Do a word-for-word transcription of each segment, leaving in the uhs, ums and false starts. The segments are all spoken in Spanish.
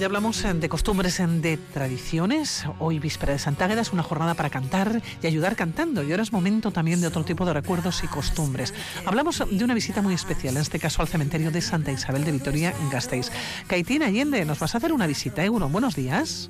Ya hablamos de costumbres, de tradiciones. Hoy, víspera de Santa Águeda, es una jornada para cantar y ayudar cantando. Y ahora es momento también de otro tipo de recuerdos y costumbres. Hablamos de una visita muy especial, en este caso al cementerio de Santa Isabel de Vitoria-Gasteiz. Caitín Allende, nos vas a hacer una visita, ¿eh? Uno, buenos días.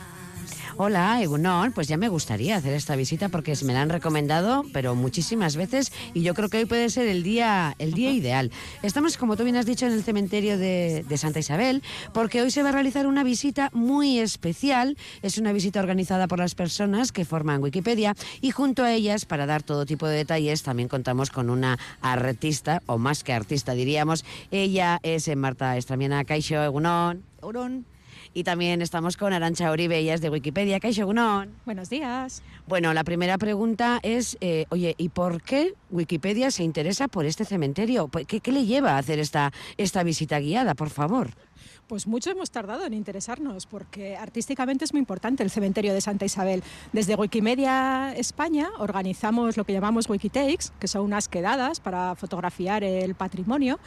Hola, Egunon, pues ya me gustaría hacer esta visita porque me la han recomendado, pero muchísimas veces, y yo creo que hoy puede ser el día, el día ideal. Estamos, como tú bien has dicho, en el cementerio de, de Santa Isabel, porque hoy se va a realizar una visita muy especial. Es una visita organizada por las personas que forman Wikipedia, y junto a ellas, para dar todo tipo de detalles, también contamos con una artista, o más que artista diríamos. Ella es Marta Estramiena. Kaixo, Egunon. Egunon. Y también estamos con Arantxa Uribe, ella es de Wikipedia. Kaixo, Egunon. Buenos días. Bueno, la primera pregunta es, eh, oye, ¿y por qué Wikipedia se interesa por este cementerio? ¿Qué, qué le lleva a hacer esta, esta visita guiada, por favor? Pues mucho hemos tardado en interesarnos, porque artísticamente es muy importante el cementerio de Santa Isabel. Desde Wikimedia España organizamos lo que llamamos Wikitakes, que son unas quedadas para fotografiar el patrimonio.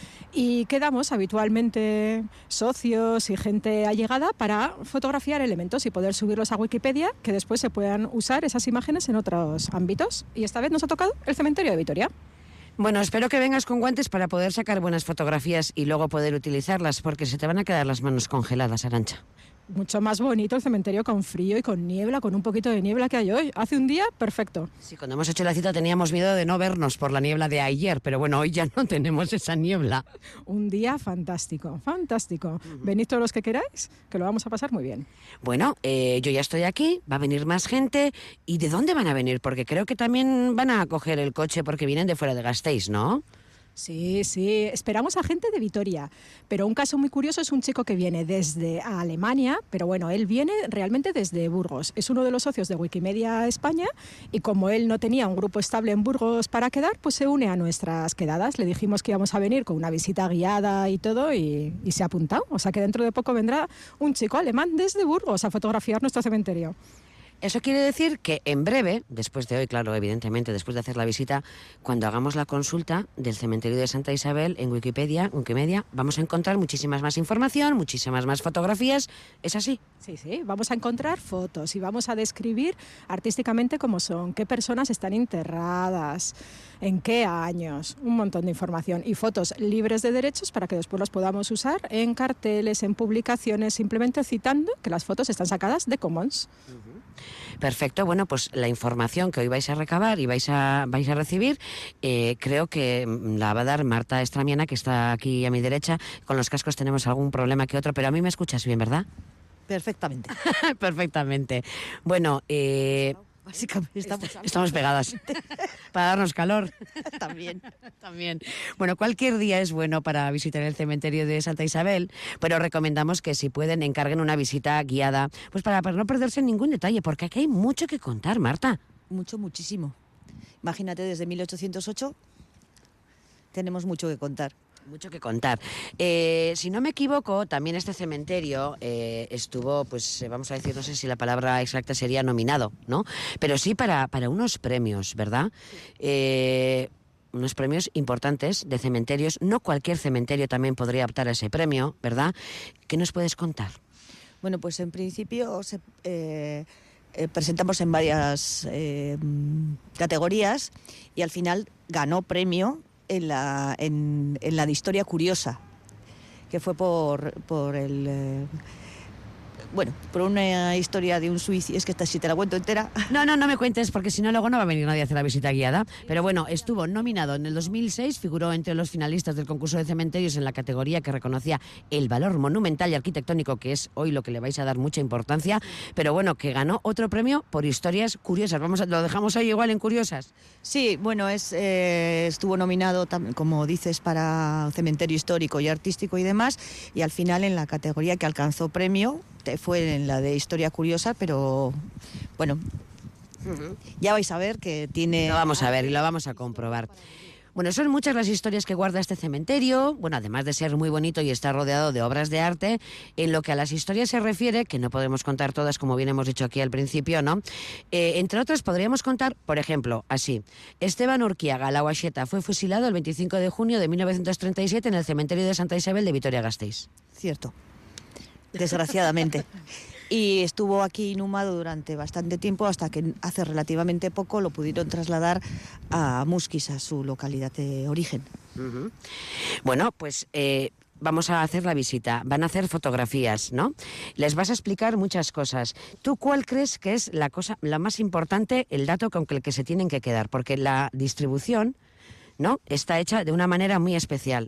Y quedamos habitualmente socios y gente allegada para fotografiar elementos y poder subirlos a Wikipedia, que después se puedan usar esas imágenes en otros ámbitos. Y esta vez nos ha tocado el cementerio de Vitoria. Bueno, espero que vengas con guantes para poder sacar buenas fotografías y luego poder utilizarlas, porque se te van a quedar las manos congeladas, Arantxa. Mucho más bonito el cementerio con frío y con niebla, con un poquito de niebla que hay hoy. Hace un día perfecto. Sí, cuando hemos hecho la cita teníamos miedo de no vernos por la niebla de ayer, pero bueno, hoy ya no tenemos esa niebla. Un día fantástico, fantástico. Uh-huh. Venid todos los que queráis, que lo vamos a pasar muy bien. Bueno, eh, yo ya estoy aquí, va a venir más gente. ¿Y de dónde van a venir? Porque creo que también van a coger el coche porque vienen de fuera de Gasteiz, ¿no? Sí, sí, esperamos a gente de Vitoria, pero un caso muy curioso es un chico que viene desde Alemania, pero bueno, él viene realmente desde Burgos. Es uno de los socios de Wikimedia España y como él no tenía un grupo estable en Burgos para quedar, pues se une a nuestras quedadas. Le dijimos que íbamos a venir con una visita guiada y todo y, y se ha apuntado. O sea que dentro de poco vendrá un chico alemán desde Burgos a fotografiar nuestro cementerio. Eso quiere decir que en breve, después de hoy, claro, evidentemente, después de hacer la visita, cuando hagamos la consulta del cementerio de Santa Isabel en Wikipedia, Wikimedia, vamos a encontrar muchísimas más información, muchísimas más fotografías. ¿Es así? Sí, sí, vamos a encontrar fotos y vamos a describir artísticamente cómo son, qué personas están enterradas, en qué años, un montón de información y fotos libres de derechos para que después las podamos usar en carteles, en publicaciones, simplemente citando que las fotos están sacadas de Commons. Uh-huh. Perfecto, bueno, pues la información que hoy vais a recabar y vais a, vais a recibir, eh, creo que la va a dar Marta Estramiena, que está aquí a mi derecha. Con los cascos tenemos algún problema que otro, pero a mí me escuchas bien, ¿verdad? Perfectamente. Perfectamente. Bueno, eh... básicamente estamos, estamos pegadas para darnos calor. También. También. Bueno, cualquier día es bueno para visitar el cementerio de Santa Isabel, pero recomendamos que si pueden encarguen una visita guiada, pues para, para no perderse ningún detalle, porque aquí hay mucho que contar, Marta. Mucho, muchísimo. Imagínate, desde mil ochocientos ocho tenemos mucho que contar. Mucho que contar. Eh, si no me equivoco, también este cementerio eh, estuvo, pues vamos a decir, no sé si la palabra exacta sería nominado, ¿no? Pero sí para, para unos premios, ¿verdad? Sí. Eh, unos premios importantes de cementerios. No cualquier cementerio también podría optar a ese premio, ¿verdad? ¿Qué nos puedes contar? Bueno, pues en principio se, eh, eh, presentamos en varias eh, categorías y al final ganó premio en la, en, en la de Historia Curiosa, que fue por, por el... Eh, bueno, por una historia de un suicidio. Es que esta si te la cuento entera. No, no, no me cuentes, porque si no luego no va a venir nadie a hacer la visita guiada. Pero bueno, estuvo nominado en el dos mil seis, figuró entre los finalistas del concurso de cementerios en la categoría que reconocía el valor monumental y arquitectónico, que es hoy lo que le vais a dar mucha importancia. Pero bueno, que ganó otro premio por historias curiosas. Vamos a, lo dejamos ahí igual en curiosas. Sí, bueno, es eh, estuvo nominado, como dices, para cementerio histórico y artístico y demás, y al final en la categoría que alcanzó premio fue en la de Historia Curiosa, pero bueno, uh-huh. Ya vais a ver que tiene... Lo vamos a ver y lo vamos a comprobar. Bueno, son muchas las historias que guarda este cementerio, bueno, además de ser muy bonito y estar rodeado de obras de arte. En lo que a las historias se refiere, que no podemos contar todas, como bien hemos dicho aquí al principio, ¿no? Eh, entre otras podríamos contar, por ejemplo, así: Esteban Urquiaga Lauaxeta fue fusilado el veinticinco de junio de mil novecientos treinta y siete en el cementerio de Santa Isabel de Vitoria-Gasteiz. Cierto. desgraciadamente. Y estuvo aquí inhumado durante bastante tiempo hasta que hace relativamente poco lo pudieron trasladar a Musquis, a su localidad de origen. Uh-huh. Bueno, pues eh, vamos a hacer la visita. Van a hacer fotografías, ¿no? Les vas a explicar muchas cosas. ¿Tú cuál crees que es la cosa, la más importante, el dato con el que se tienen que quedar? Porque la distribución, ¿no?, está hecha de una manera muy especial.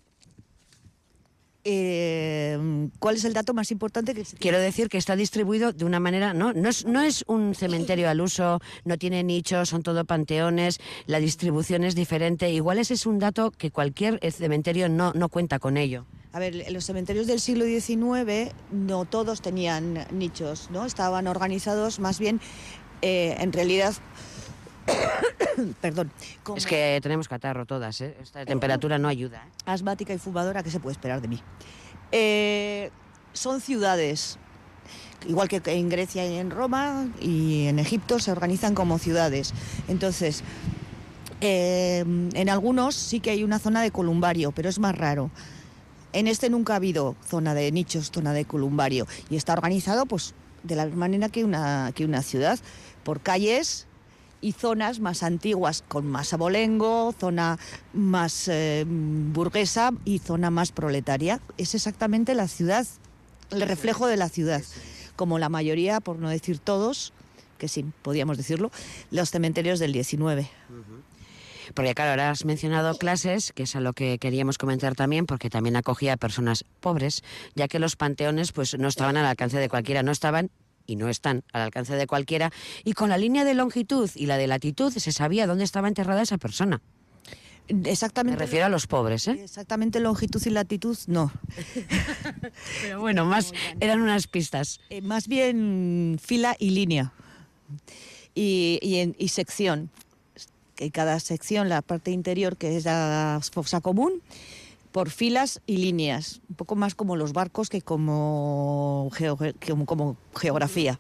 Eh, ¿Cuál es el dato más importante que se tiene? Quiero decir que está distribuido de una manera, no, no es, no es un cementerio al uso, no tiene nichos, son todo panteones, la distribución es diferente. Igual ese es un dato que cualquier cementerio no, no cuenta con ello. A ver, los cementerios del siglo diecinueve no todos tenían nichos, ¿no? Estaban organizados más bien, eh, en realidad... Perdón. Como... Es que tenemos catarro todas, ¿eh? Esta temperatura no ayuda, ¿eh? Asmática y fumadora, ¿qué se puede esperar de mí? Eh, son ciudades, igual que en Grecia y en Roma y en Egipto, se organizan como ciudades. Entonces, eh, en algunos sí que hay una zona de columbario, pero es más raro. En este nunca ha habido zona de nichos, zona de columbario, y está organizado pues de la misma manera que una, que una ciudad, por calles y zonas más antiguas con más abolengo, zona más eh, burguesa y zona más proletaria. Es exactamente la ciudad, el reflejo de la ciudad, como la mayoría, por no decir todos, que sí, podíamos decirlo, los cementerios del diecinueve. Porque claro, ahora has mencionado clases, que es a lo que queríamos comentar también, porque también acogía a personas pobres, ya que los panteones pues no estaban al alcance de cualquiera, no estaban y no están al alcance de cualquiera, y con la línea de longitud y la de latitud se sabía dónde estaba enterrada esa persona. Exactamente. Me refiero a los pobres, ¿eh? Exactamente longitud y latitud, no. Pero bueno, más eran unas pistas. Eh, más bien fila y línea. Y, y, en, y sección. Que cada sección, la parte interior, que es la fosa común, por filas y líneas, un poco más como los barcos que como, geo, como, como geografía.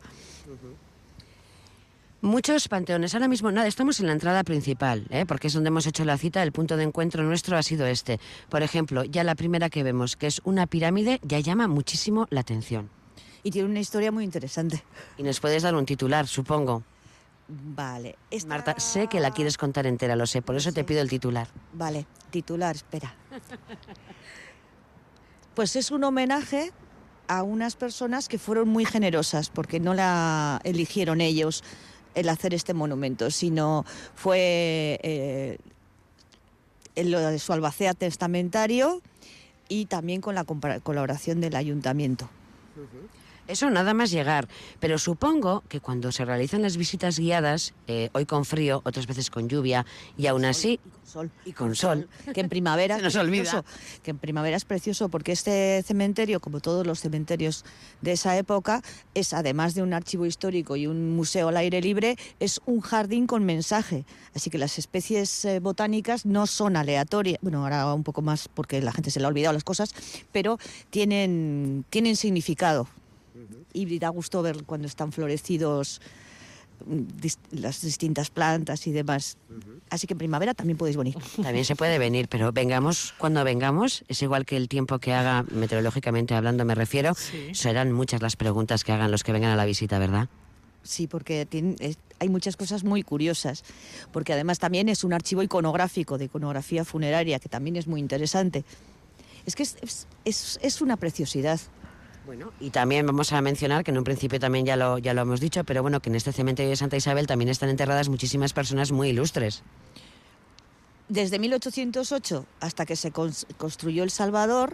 Muchos panteones. Ahora mismo, nada, estamos en la entrada principal, ¿eh? Porque es donde hemos hecho la cita, el punto de encuentro nuestro ha sido este. Por ejemplo, ya la primera que vemos, que es una pirámide, ya llama muchísimo la atención. Y tiene una historia muy interesante. Y nos puedes dar un titular, supongo. Vale. Esta... Marta, sé que la quieres contar entera, lo sé, por eso te pido el titular. Vale, titular, espera. Pues es un homenaje a unas personas que fueron muy generosas, porque no la eligieron ellos el hacer este monumento, sino fue eh, el, su albacea testamentario y también con la colaboración del ayuntamiento. Uh-huh. Eso nada más llegar, pero supongo que cuando se realizan las visitas guiadas, eh, hoy con frío, otras veces con lluvia, y aún así... Y con sol. Y con sol. Que en primavera se nos olvida. Que en primavera es precioso, porque este cementerio, como todos los cementerios de esa época, es, además de un archivo histórico y un museo al aire libre, es un jardín con mensaje. Así que las especies eh, botánicas no son aleatorias, bueno, ahora un poco más porque la gente se le ha olvidado las cosas, pero tienen, tienen significado. Y da gusto ver cuando están florecidos dis, las distintas plantas y demás. Uh-huh. Así que en primavera también podéis venir. También se puede venir, pero vengamos cuando vengamos, es igual que el tiempo que haga, meteorológicamente hablando me refiero, sí. Serán muchas las preguntas que hagan los que vengan a la visita, ¿verdad? Sí, porque tiene, es, hay muchas cosas muy curiosas, porque además también es un archivo iconográfico, de iconografía funeraria, que también es muy interesante. Es que es, es, es, es una preciosidad. Bueno, y también vamos a mencionar que en un principio también ya lo, ya lo hemos dicho, pero bueno, que en este cementerio de Santa Isabel también están enterradas muchísimas personas muy ilustres. Desde mil ochocientos ocho hasta que se construyó El Salvador,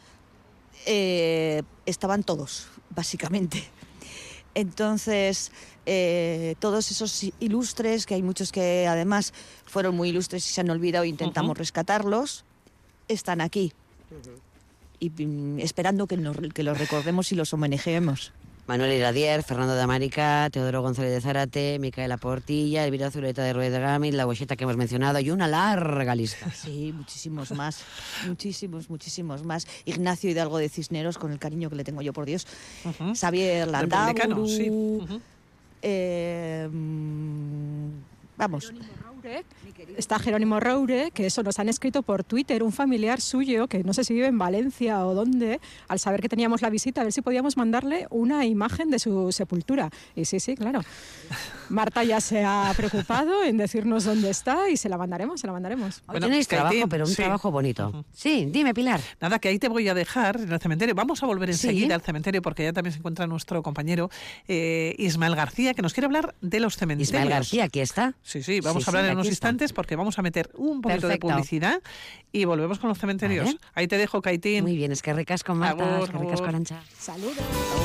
eh, estaban todos, básicamente. Entonces, eh, todos esos ilustres, que hay muchos que además fueron muy ilustres y se han olvidado e intentamos uh-huh. rescatarlos, están aquí. Uh-huh. Y esperando que, nos, que los recordemos y los homenajeemos. Manuel Iradier, Fernando de América, Teodoro González de Zárate, Micaela Portilla, Elvira Zuleta de Rueda de Gami, la Huecheta que hemos mencionado y una larga lista. Sí, muchísimos más, muchísimos, muchísimos más. Ignacio Hidalgo de Cisneros, con el cariño que le tengo yo, por Dios. Uh-huh. Xavier Landaburu, sí. uh-huh. eh, vamos, Roure, está Jerónimo Roure, que eso nos han escrito por Twitter, un familiar suyo, que no sé si vive en Valencia o dónde, al saber que teníamos la visita, a ver si podíamos mandarle una imagen de su sepultura. Y sí, sí, claro. Marta ya se ha preocupado en decirnos dónde está y se la mandaremos, se la mandaremos. Hoy bueno, tenéis trabajo, Katie, pero un sí. trabajo bonito. Uh-huh. Sí, dime, Pilar. Nada, que ahí te voy a dejar en el cementerio. Vamos a volver enseguida ¿Sí? al cementerio porque ya también se encuentra nuestro compañero eh, Ismael García, que nos quiere hablar de los cementerios. Ismael García, aquí está. Sí, sí, vamos sí, a hablar sí, en unos está. instantes porque vamos a meter un poquito Perfecto. de publicidad y volvemos con los cementerios. Vale. Ahí te dejo, Kaitín. Muy bien, es que ricasco, Marta, Agur, es que ricasco, agur. Arantxa. Saludos.